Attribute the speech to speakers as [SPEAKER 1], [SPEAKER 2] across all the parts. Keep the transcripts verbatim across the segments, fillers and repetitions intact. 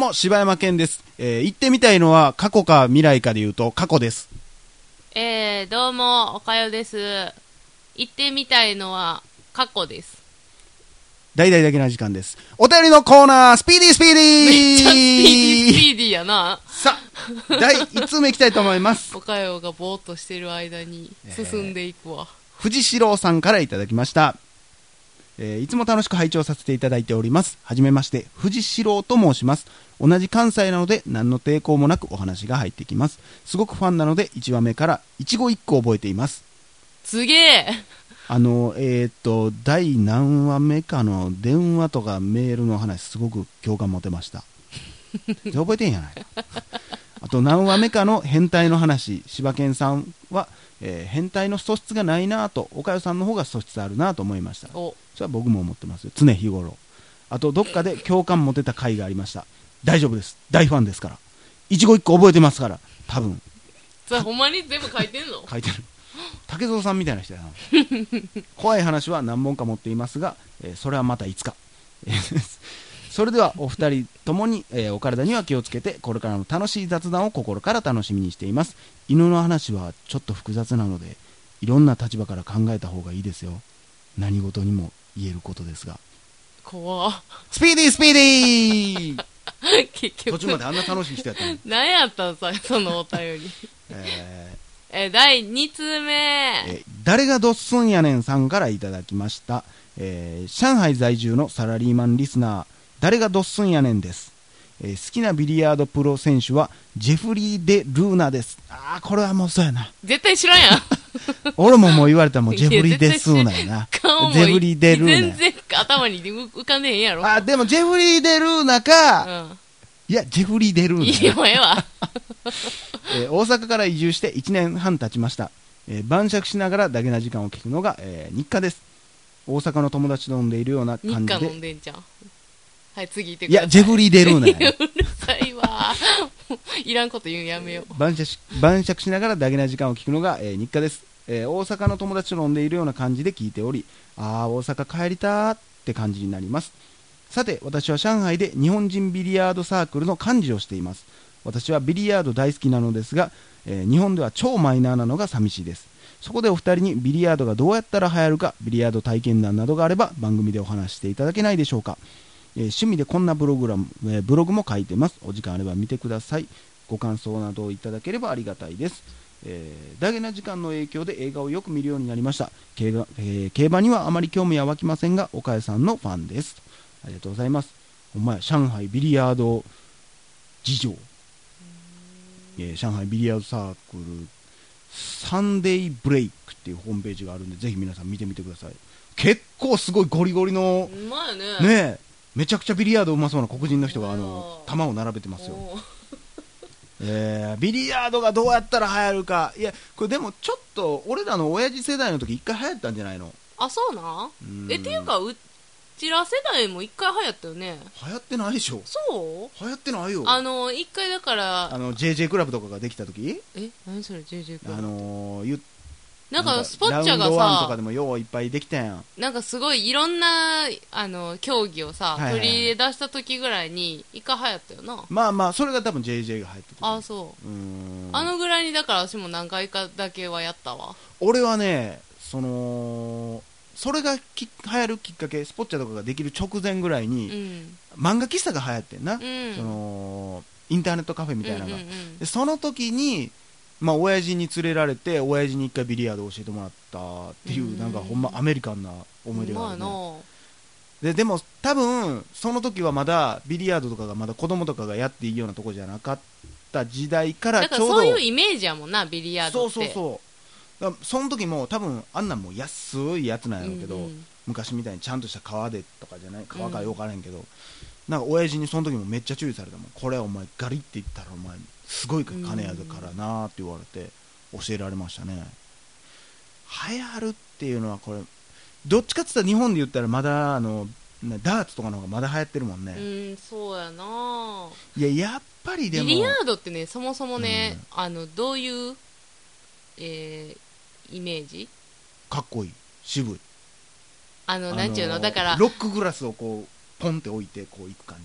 [SPEAKER 1] も柴山健です、えー、行ってみたいのは過去か未来かで言うと過去です。
[SPEAKER 2] えー、どうもおかよです。行ってみたいのは過去です。
[SPEAKER 1] 大々だけな時間です。お便りのコーナー、スピーディースピーディー
[SPEAKER 2] めっちゃスピーディースピーディーやな。
[SPEAKER 1] さあだいいち通目いきたいと思います。
[SPEAKER 2] おかよがぼーっとしてる間に進んでいくわ、
[SPEAKER 1] えー、藤四郎さんからいただきました。えー、いつも楽しく拝聴させていただいております。はじめまして、藤四郎と申します。同じ関西なので何の抵抗もなくお話が入ってきます。すごくファンなのでいちわめから一語一句覚えています。す
[SPEAKER 2] げえ。
[SPEAKER 1] あのえー、っと第何話目かの電話とかメールの話すごく共感持てました。覚えてんやないか。あと何話目かの変態の話、柴犬さんは、えー、変態の素質がないなと、岡代さんの方が素質あるなと思いました。それは僕も思ってますよ、常日頃。あとどっかで共感持てた回がありました。大丈夫です、大ファンですから。一語一句覚えてますから。多分
[SPEAKER 2] それほんまに全部書いてんの？
[SPEAKER 1] 書いてる。竹蔵さんみたいな人やな。怖い話は何本か持っていますが、えー、それはまたいつか。それではお二人ともに、えー、お体には気をつけて、これからの楽しい雑談を心から楽しみにしています。犬の話はちょっと複雑なので、いろんな立場から考えた方がいいですよ。何事にも言えることですが。
[SPEAKER 2] 怖っ。
[SPEAKER 1] スピーディースピーディー
[SPEAKER 2] 結局
[SPEAKER 1] 途中まであんな楽しい人やったのに。
[SPEAKER 2] 何やったんさ、そのお便り。えー、えー、だいに通目、
[SPEAKER 1] えー、誰がドッスンやねんさんからいただきました。えー、上海在住のサラリーマンリスナー、誰がドッスンやねんです。えー、好きなビリヤードプロ選手はジェフリー・デ・ルーナです。ああ、これはもうそうやな。
[SPEAKER 2] 絶対知らんやん。
[SPEAKER 1] 俺ももう言われたらもうジェフリー・デ・スーナやな。ジェフリー・デ・ルーナ。
[SPEAKER 2] 全然頭に浮かんでへんやろ。
[SPEAKER 1] あ、でもジェフリー・デ・ルーナか、うん、いやジェフリー・デ・ルーナ。
[SPEAKER 2] いいよ、ええわ。
[SPEAKER 1] えー、大阪から移住していちねんはん経ちました。えー、晩酌しながらだけな時間を聞くのが、えー、日課です。大阪の友達と飲んでいるような感じで。
[SPEAKER 2] 日課飲んでんじゃん。はい、次行ってください。
[SPEAKER 1] いや、ジェフリー・デルーナや、ね、
[SPEAKER 2] うるさいわ。いらんこと言うんやめよう。
[SPEAKER 1] 晩酌し、晩酌しながらだけな時間を聞くのが、えー、日課です。えー、大阪の友達と飲んでいるような感じで聞いており、あー、大阪帰りたーって感じになります。さて、私は上海で日本人ビリヤードサークルの幹事をしています。私はビリヤード大好きなのですが、えー、日本では超マイナーなのが寂しいです。そこでお二人にビリヤードがどうやったら流行るか、ビリヤード体験談などがあれば番組でお話していただけないでしょうか。えー、趣味でこんなブログラム、えー、ブログも書いてます。お時間あれば見てください。ご感想などをいただければありがたいです。えー、大変な時間の影響で映画をよく見るようになりました。競馬、えー、競馬にはあまり興味は湧きませんが、岡谷さんのファンです。ありがとうございます。お前、上海ビリヤード事情、えー、上海ビリヤードサークルサンデーブレイクっていうホームページがあるんで、ぜひ皆さん見てみてください。結構すごいゴリゴリの、
[SPEAKER 2] うまいね。
[SPEAKER 1] ねえ、めちゃくちゃビリヤードうまそうな黒人の人があの玉を並べてますよ。えー、ビリヤードがどうやったら流行るか。いや、これでもちょっと俺らの親父世代の時一回流行ったんじゃないの？
[SPEAKER 2] あ、そうなん？え、っていうかうちら世代も一回流行ったよね。
[SPEAKER 1] 流行ってないでしょ。
[SPEAKER 2] そう？
[SPEAKER 1] 流行ってないよ。
[SPEAKER 2] あの一回だから
[SPEAKER 1] あの ジェイジェイ クラブとかができた時。
[SPEAKER 2] え、何それ ジェイジェイ クラブ。
[SPEAKER 1] あのー、言
[SPEAKER 2] なんかスポッチャがさ、
[SPEAKER 1] ラウンドワンとかでもよういっぱいできたやん。
[SPEAKER 2] なんかすごいいろんなあの競技をさ、はいはいはい、取り入れ出した時ぐらいに一回流行ったよな。
[SPEAKER 1] まあまあそれが多分 ジェイジェイ が流行ってた。
[SPEAKER 2] あ、そう。うーん、あのぐらいにだから私も何回かだけはやったわ。
[SPEAKER 1] 俺はね、そのそれがき流行るきっかけ、スポッチャとかができる直前ぐらいに、うん、漫画喫茶が流行ってんな、うん、そのインターネットカフェみたいなのが、うんうんうん、でその時にまあ親父に連れられて、親父に一回ビリヤードを教えてもらったっていう、うん、なんかほんまアメリカンな思い出があるね。で, でも多分その時はまだビリヤードとかがまだ子供とかがやっていいようなとこじゃなかった時代からちょうど、だから
[SPEAKER 2] そういうイメージやもんな、ビリヤードって。
[SPEAKER 1] そうそうそう、だその時も多分あんなんもう安いやつなんやろうけど、うんうん、昔みたいにちゃんとした革でとかじゃない、革かよくわからへんけど、うん、なんか親父にその時もめっちゃ注意されたもん。これお前ガリって言ったらお前すごい金やるからなって言われて教えられましたね。流行るっていうのはこれどっちかって言ったら日本で言ったらまだあのダーツとかの方がまだ流行ってるもんね。
[SPEAKER 2] うん、そうやな。
[SPEAKER 1] いややっぱりでも
[SPEAKER 2] ビリヤードってね、そもそもね、うん、あのどういう、えー、イメージ？
[SPEAKER 1] かっこいい、渋い、
[SPEAKER 2] あのなんちゅうの、だから
[SPEAKER 1] ロックグラスをこうポンって置いてこういく感じ。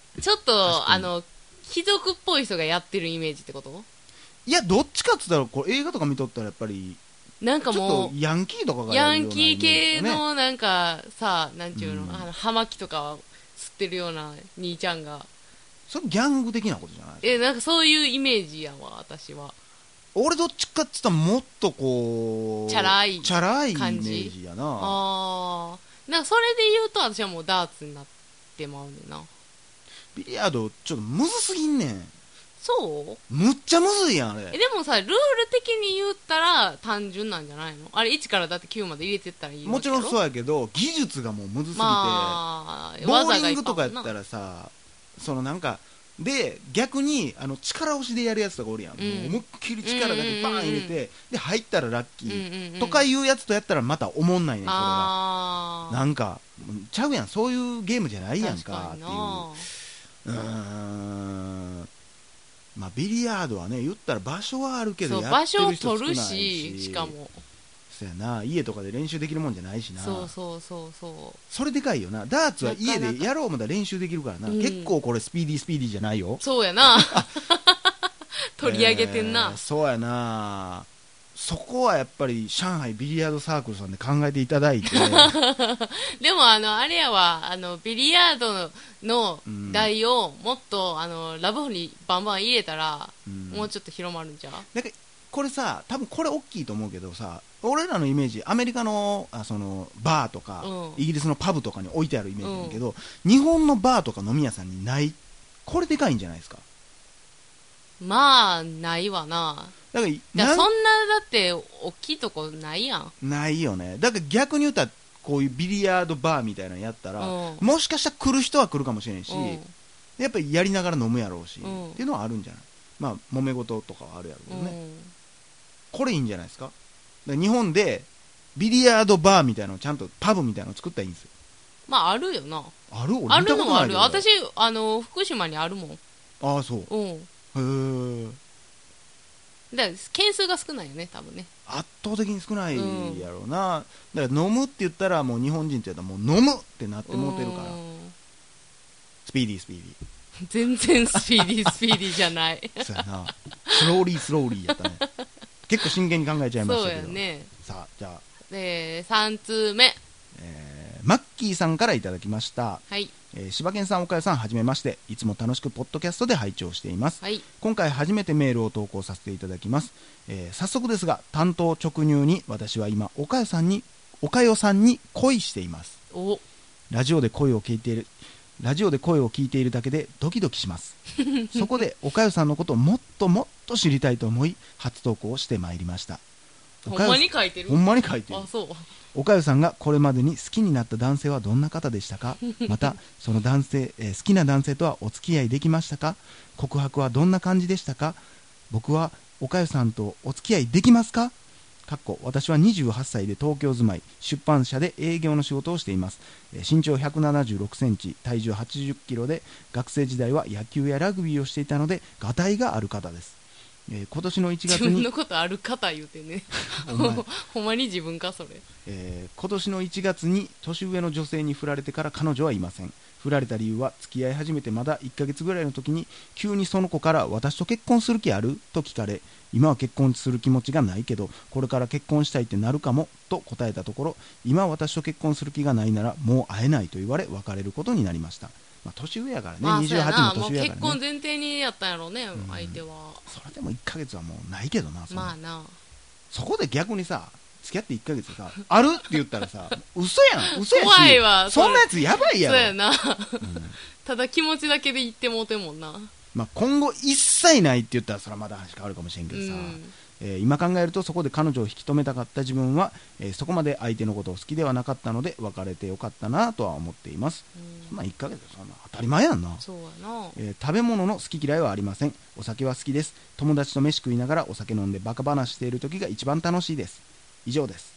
[SPEAKER 2] ちょっ
[SPEAKER 1] 確か
[SPEAKER 2] と、
[SPEAKER 1] に
[SPEAKER 2] あの、貴族っぽい人がやってるイメージってこと？
[SPEAKER 1] いや、どっちかっつったらこれ映画とか見とったらやっぱり
[SPEAKER 2] なんか
[SPEAKER 1] ちょっ
[SPEAKER 2] もう、
[SPEAKER 1] とヤンキーとかがや
[SPEAKER 2] ヤ
[SPEAKER 1] るような
[SPEAKER 2] ンキー系
[SPEAKER 1] イメージですよね。
[SPEAKER 2] のなんかさ、なんちゅうの、
[SPEAKER 1] うん
[SPEAKER 2] あの、葉巻とか吸ってるような兄ちゃんが。
[SPEAKER 1] それギャング的なことじゃない？
[SPEAKER 2] え、なんかそういうイメージやわ、私は。
[SPEAKER 1] 俺どっちかっつったらもっとこう
[SPEAKER 2] チャラい
[SPEAKER 1] チャラいイメ
[SPEAKER 2] 感じ
[SPEAKER 1] ージやな。
[SPEAKER 2] あー。なんかそれで言うと私はもうダーツになってまうねんな。
[SPEAKER 1] ビリヤードちょっとむずすぎんねん。
[SPEAKER 2] そう
[SPEAKER 1] むっちゃむずいやんあれ。
[SPEAKER 2] え、でもさ、ルール的に言ったら単純なんじゃないの？あれいちからだってきゅうまで入れてったらいいわけやろ。
[SPEAKER 1] もちろんそうやけど技術がもうむずすぎて、
[SPEAKER 2] まあ、
[SPEAKER 1] ボーリン
[SPEAKER 2] 技がいっぱい
[SPEAKER 1] グとかやった
[SPEAKER 2] あるもんな。
[SPEAKER 1] らさ、そのなんかで逆にあの力押しでやるやつとかおるやん、
[SPEAKER 2] うん
[SPEAKER 1] もう思いっきり力だけバーン入れて、で入ったらラッキ
[SPEAKER 2] うん
[SPEAKER 1] ー、
[SPEAKER 2] うんうん、
[SPEAKER 1] とかいうやつとやったらまたおもんないねん、それが
[SPEAKER 2] あー
[SPEAKER 1] なんかちゃうやん、そういうゲームじゃないやんかっていう。
[SPEAKER 2] 確かにな。
[SPEAKER 1] うーん、まあビリヤードはね言ったら場所はあるけど
[SPEAKER 2] そう、
[SPEAKER 1] やって
[SPEAKER 2] 場所を
[SPEAKER 1] る人少ない
[SPEAKER 2] 取る
[SPEAKER 1] し、
[SPEAKER 2] し、しかも。
[SPEAKER 1] そうやな、家とかで練習できるもんじゃないしな。
[SPEAKER 2] そうそうそうそ
[SPEAKER 1] それでかいよな。ダーツは家
[SPEAKER 2] なかなか
[SPEAKER 1] でやろう思ったら練習できるからな、
[SPEAKER 2] うん
[SPEAKER 1] 結構これスピーディースピーディーじゃないよ。
[SPEAKER 2] う。そうやな。取り上げてんな。
[SPEAKER 1] えーそうやな。そこはやっぱり上海ビリヤードサークルさんで考えていただいて
[SPEAKER 2] でもあの、あれやわ、あの、ビリヤードの
[SPEAKER 1] うん
[SPEAKER 2] 台をもっと、あの、ラブホにバンバン入れたら、
[SPEAKER 1] うん
[SPEAKER 2] もうちょっと広まるんちゃう？
[SPEAKER 1] なんかこれさ、多分これ大きいと思うけどさ、俺らのイメージアメリカのあそのバーとか、
[SPEAKER 2] うん
[SPEAKER 1] イギリスのパブとかに置いてあるイメージだけど、日本のバーとか飲み屋さんにない、これでかいんじゃないですか。
[SPEAKER 2] まあ、ないわな。
[SPEAKER 1] だから
[SPEAKER 2] だから
[SPEAKER 1] なん
[SPEAKER 2] そんな、だって、大きいとこないやん。
[SPEAKER 1] ないよね。だから逆に言ったらこういうビリヤードバーみたいなのやったら、
[SPEAKER 2] うん
[SPEAKER 1] もしかしたら来る人は来るかもしれんし、
[SPEAKER 2] うん
[SPEAKER 1] やっぱりやりながら飲むやろうし、
[SPEAKER 2] うん
[SPEAKER 1] っていうのはあるんじゃない。まあ揉め事とかはあるやろうけどね、
[SPEAKER 2] うん
[SPEAKER 1] これいいんじゃないですか。だから日本でビリヤードバーみたいなのをちゃんとパブみたいなのを作ったらいいんですよ。
[SPEAKER 2] まあ、あるよな。
[SPEAKER 1] ある？俺
[SPEAKER 2] あ
[SPEAKER 1] 見た
[SPEAKER 2] るのはある。
[SPEAKER 1] ことないけど。
[SPEAKER 2] 私、あの、福島にあるもん。
[SPEAKER 1] ああそう。
[SPEAKER 2] うん。
[SPEAKER 1] へえ。
[SPEAKER 2] だから、件数が少ないよね、多分ね。
[SPEAKER 1] 圧倒的に少ないやろうな、だから飲むって言ったらもう日本人って言ったらもう飲むってなってもうてるから、
[SPEAKER 2] うん
[SPEAKER 1] スピーディースピーディ
[SPEAKER 2] 全然スピーディースピーディーじゃない。
[SPEAKER 1] ーそうやな、スローリースローリーやったね。結構真剣に考えちゃいまし
[SPEAKER 2] そう
[SPEAKER 1] たけど、
[SPEAKER 2] やね。
[SPEAKER 1] さあじゃあ、
[SPEAKER 2] で、さん通目。
[SPEAKER 1] えーマッキーさんからいただきました。
[SPEAKER 2] はい。
[SPEAKER 1] えー柴犬さん、岡谷さん、はじめまして。いつも楽しくポッドキャストで拝聴しています。
[SPEAKER 2] はい。
[SPEAKER 1] 今回初めてメールを投稿させていただきます。えー早速ですが、担当直入に私は今岡谷さんに岡代さんに恋しています。
[SPEAKER 2] お、
[SPEAKER 1] ラジオで声を聞いているラジオで声を聞いているだけでドキドキします。そこで岡代さんのことをもっともっと知りたいと思い初投稿をしてまいりました。
[SPEAKER 2] ほんまに書いてる？
[SPEAKER 1] ほんまに書いてる
[SPEAKER 2] あ、。そう。
[SPEAKER 1] 岡代さんがこれまでに好きになった男性はどんな方でしたか？またその男性、えー好きな男性とはお付き合いできましたか？告白はどんな感じでしたか？僕は岡代さんとお付き合いできますか？かっこ私はにじゅうはっさいで東京住まい、出版社で営業の仕事をしています。えー身長ひゃくななじゅうろくセンチ、体重はちじゅっキロで、学生時代は野球やラグビーをしていたのでがたいがある方です。えー今年のいちがつに
[SPEAKER 2] 自分のことある方言うてね。
[SPEAKER 1] お前
[SPEAKER 2] ほんまに自分か、それ。
[SPEAKER 1] えー今年のいちがつに年上の女性に振られてから彼女はいません。振られた理由は付き合い始めてまだいっかげつぐらいの時に急にその子から私と結婚する気あると聞かれ、今は結婚する気持ちがないけどこれから結婚したいってなるかもと答えたところ、今私と結婚する気がないならもう会えないと言われ別れることになりました。まあ、年上やからね、
[SPEAKER 2] まあ、
[SPEAKER 1] にじゅうはちの年上や
[SPEAKER 2] 結
[SPEAKER 1] からね。
[SPEAKER 2] 婚前提にやったんやろうね、
[SPEAKER 1] ん
[SPEAKER 2] 相手は。
[SPEAKER 1] それでもいっかげつはもうないけどな。そんな
[SPEAKER 2] まあな。
[SPEAKER 1] そこで逆にさ、付き合っていっかげつでさ、あるって言ったらさ、嘘やん、嘘やし、
[SPEAKER 2] 怖いわ
[SPEAKER 1] そんなやつやばいやろ。
[SPEAKER 2] そうやな。
[SPEAKER 1] うん
[SPEAKER 2] ただ気持ちだけで言ってもうてんもんな。
[SPEAKER 1] まあ、今後一切ないって言ったらそれはまだ話変わるかもしれんけどさ、
[SPEAKER 2] うん
[SPEAKER 1] えー今考えるとそこで彼女を引き止めたかった自分は、えーそこまで相手のことを好きではなかったので別れてよかったなとは思っています。
[SPEAKER 2] うん
[SPEAKER 1] そんないっかげつでそんな当たり前やんな。
[SPEAKER 2] そうやな。
[SPEAKER 1] えー食べ物の好き嫌いはありません。お酒は好きです。友達と飯食いながらお酒飲んでバカ話している時が一番楽しいです。以上です。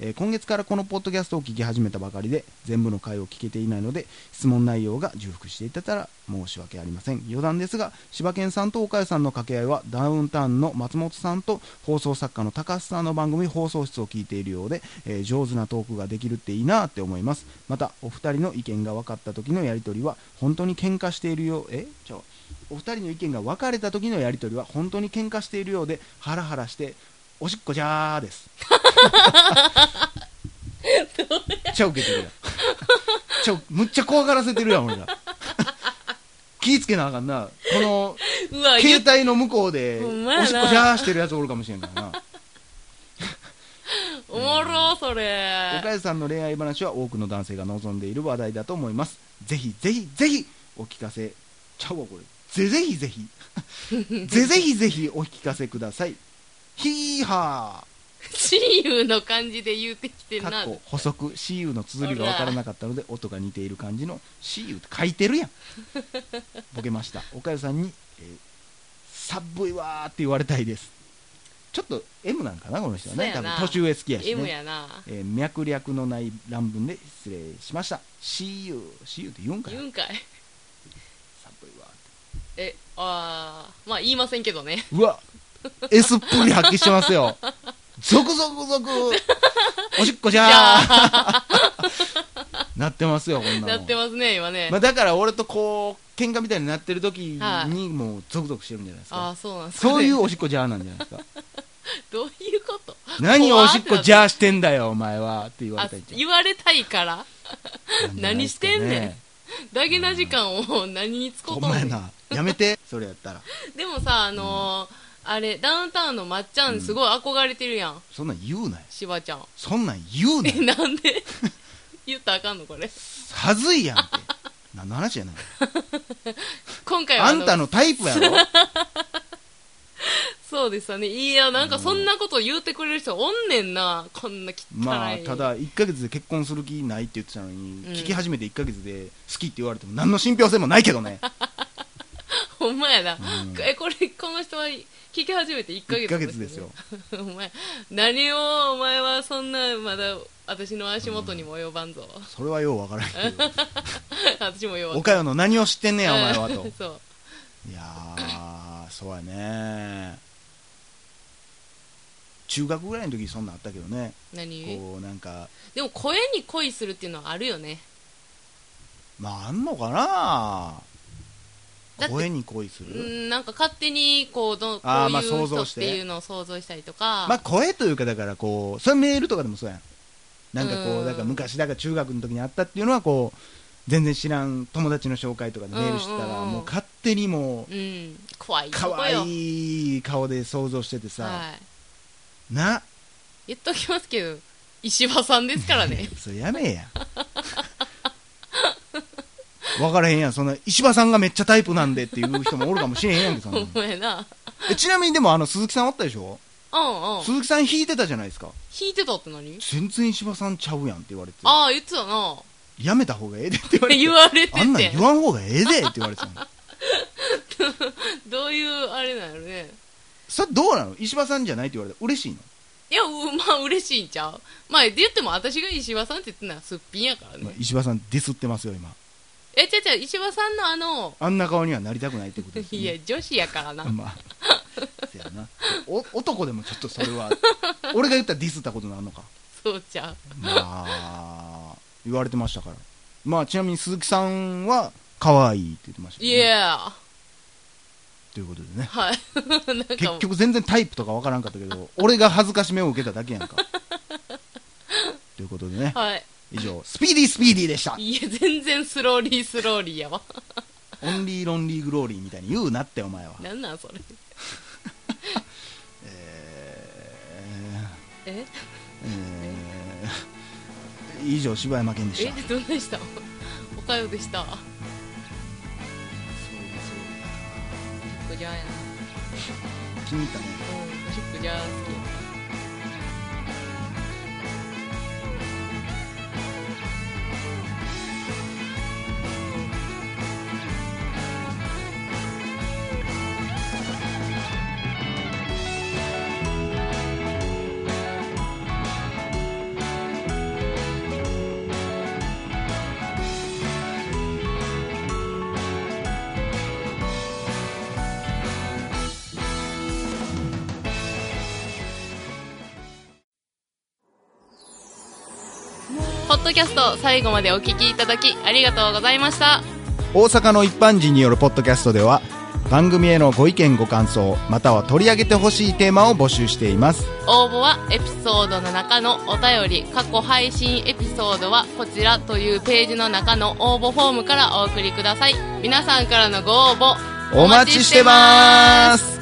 [SPEAKER 1] えー、今月からこのポッドキャストを聞き始めたばかりで全部の回を聞けていないので質問内容が重複していたら申し訳ありません。余談ですが、柴犬さんと岡谷さんの掛け合いはダウンタウンの松本さんと放送作家の高橋さんの番組放送室を聞いているようで、えー、上手なトークができるっていいなって思います。またお二人の意見が分かった時のやり取りは本当に喧嘩しているようえちょお二人の意見が分かれた時のやり取りは本当に喧嘩しているようでハラハラしておしっこじゃーですちゃ受けてるやんちゃむっちゃ怖がらせてるやん俺ら気ぃつけなあかんな。この
[SPEAKER 2] うわ
[SPEAKER 1] 携帯の向こうで
[SPEAKER 2] ほんまやな
[SPEAKER 1] おしっこじゃーしてるやつおるかもしれんからな
[SPEAKER 2] おもろそれ。
[SPEAKER 1] 岡谷さんの恋愛話は多くの男性が望んでいる話題だと思います。ぜひぜひぜひお聞かせちゃうわこれぜぜひぜひぜぜひぜひお聞かせください。ヒーハー
[SPEAKER 2] 親友の感じで言うてきてるな。
[SPEAKER 1] かっこ補足 シーユー の綴りが分からなかったので音が似ている感じの シーユー って書いてるやんボケました。岡谷さんに、えー、寒いわーって言われたいです。ちょっと エム なんかなこの人はね。多分年上好きやしね。
[SPEAKER 2] M やな、
[SPEAKER 1] えー、脈略のない乱文で失礼しました。 シーユー シーユー って言うんかい。
[SPEAKER 2] 言うんかい。
[SPEAKER 1] 寒いわーって
[SPEAKER 2] えあーまあ言いませんけどね。
[SPEAKER 1] うわ S っぷり発揮してますよゾクゾクゾクおしっこじゃーなってますよこんなの。
[SPEAKER 2] なってますね今ね、
[SPEAKER 1] まあ、だから俺とこう喧嘩みたいになってる時にもうゾクゾクしてるんじゃないですか。
[SPEAKER 2] あそうなんですか、ね、
[SPEAKER 1] そういうおしっこじゃーなんじゃないですか
[SPEAKER 2] どういうこと
[SPEAKER 1] 何おしっこじゃーしてんだよお前はって言われたいんじゃん。
[SPEAKER 2] 言われたいから
[SPEAKER 1] なんじゃない
[SPEAKER 2] 何して
[SPEAKER 1] ですかね
[SPEAKER 2] んねん。ダゲな時間を何に使うとんねん。
[SPEAKER 1] お前なやめてそれやったら
[SPEAKER 2] でもさあのーあれダウンタウンのまっちゃんすごい憧れてるやん、
[SPEAKER 1] そんなん言うなよ。
[SPEAKER 2] しばちゃん。
[SPEAKER 1] そんなん言うな
[SPEAKER 2] え
[SPEAKER 1] よ
[SPEAKER 2] なんで言ったらあかんのこれ。
[SPEAKER 1] はずいやんって何の話やねん
[SPEAKER 2] 今回は
[SPEAKER 1] あんたのタイプやろ
[SPEAKER 2] そうですよね。いやなんかそんなこと言うてくれる人おんねんな。こんな汚い。
[SPEAKER 1] まあただいっかげつで結婚する気ないって言ってたのに、うん、聞き始めていっかげつで好きって言われても何の信憑性もないけどね
[SPEAKER 2] ほんまやな、
[SPEAKER 1] うん、
[SPEAKER 2] えこれこの人は聞き始めていっかげつ、ね、
[SPEAKER 1] いっかげつですよ
[SPEAKER 2] お前何をお前はそんなまだ私の足元にも及ばんぞ、
[SPEAKER 1] うん、それはようわからんけど
[SPEAKER 2] 私もよう
[SPEAKER 1] 岡山の何を知ってんねやお前はと
[SPEAKER 2] そう
[SPEAKER 1] いやーそうやね。中学ぐらいの時そんなんあったけどね。
[SPEAKER 2] 何
[SPEAKER 1] こうなんか
[SPEAKER 2] でも声に恋するっていうのはあるよね。
[SPEAKER 1] まああんのかな。声に恋する、
[SPEAKER 2] うんなんか勝手にこうどこう
[SPEAKER 1] あーまあ
[SPEAKER 2] いう人っ
[SPEAKER 1] 想像して
[SPEAKER 2] ていうのを想像したりとか、
[SPEAKER 1] まあ声というかだからこうそれメールとかでもそうやん。なんかこ
[SPEAKER 2] う
[SPEAKER 1] うんだから昔だから中学の時にあったっていうのはこう全然知らん友達の紹介とかでメールしてたら、
[SPEAKER 2] うんうんうん、
[SPEAKER 1] もう勝手にもう、
[SPEAKER 2] うん、怖い
[SPEAKER 1] 可愛い顔で想像しててさ、
[SPEAKER 2] はい、
[SPEAKER 1] な
[SPEAKER 2] 言っときますけど石破さんですからね
[SPEAKER 1] それやめえや分からへんやん。そんな石破さんがめっちゃタイプなんでっていう人もおるかもしれへんやんけ。そんな
[SPEAKER 2] ほんまやな。
[SPEAKER 1] えちなみにでもあの鈴木さんおったでしょ。
[SPEAKER 2] うんうん。
[SPEAKER 1] 鈴木さん弾いてたじゃないですか。
[SPEAKER 2] 弾いてたって何？
[SPEAKER 1] 全然石破さんちゃうやんって言われて、
[SPEAKER 2] ああ言ってたな。
[SPEAKER 1] やめた方がええでって言われて
[SPEAKER 2] 言われてて
[SPEAKER 1] あんなん言わん方がええでって言われてたの
[SPEAKER 2] どういうあれなんやろね。
[SPEAKER 1] それどうなの。石破さんじゃないって言われたら嬉しいの。
[SPEAKER 2] いやまあ嬉しいんちゃう。まあ言っても私が石破さんって言ってんのはすっぴんやからね、
[SPEAKER 1] まあ、石破さんディスってますよ今。
[SPEAKER 2] えちゃちゃ石破さんのあの
[SPEAKER 1] あんな顔にはなりたくないってことです、ね、
[SPEAKER 2] いや女子やからな
[SPEAKER 1] まあそやなお男でもちょっとそれは俺が言ったらディスったことになるのか。
[SPEAKER 2] そうちゃう。
[SPEAKER 1] まあ言われてましたから。まあちなみに鈴木さんは可愛いって言ってましたけど、ね、
[SPEAKER 2] いや
[SPEAKER 1] ということでね、
[SPEAKER 2] はいなんか
[SPEAKER 1] 結局全然タイプとかわからんかったけど俺が恥ずかしめを受けただけやんかということでね、
[SPEAKER 2] はい、
[SPEAKER 1] 以上スピーディースピーディーでした。
[SPEAKER 2] いや全然スローリースローリーやわ
[SPEAKER 1] オンリーロンリーグローリーみたいに言うなってお前は。
[SPEAKER 2] なんなんそれ
[SPEAKER 1] えー、
[SPEAKER 2] え
[SPEAKER 1] えー、以上柴山健でした。
[SPEAKER 2] えどんなでしたおかよでした。おしっこじゃーやな。
[SPEAKER 1] 気に入ったね。
[SPEAKER 2] うんおしっこじゃー好き。 ポッドキャスト最後までお聞きいただきありがとうございました。
[SPEAKER 1] 大阪の一般人によるポッドキャストでは番組へのご意見ご感想または取り上げてほしいテーマを募集しています。
[SPEAKER 2] 応募はエピソードの中のお便り過去配信エピソードはこちらというページの中の応募フォームからお送りください。皆さんからのご応募
[SPEAKER 1] お待ちしてます。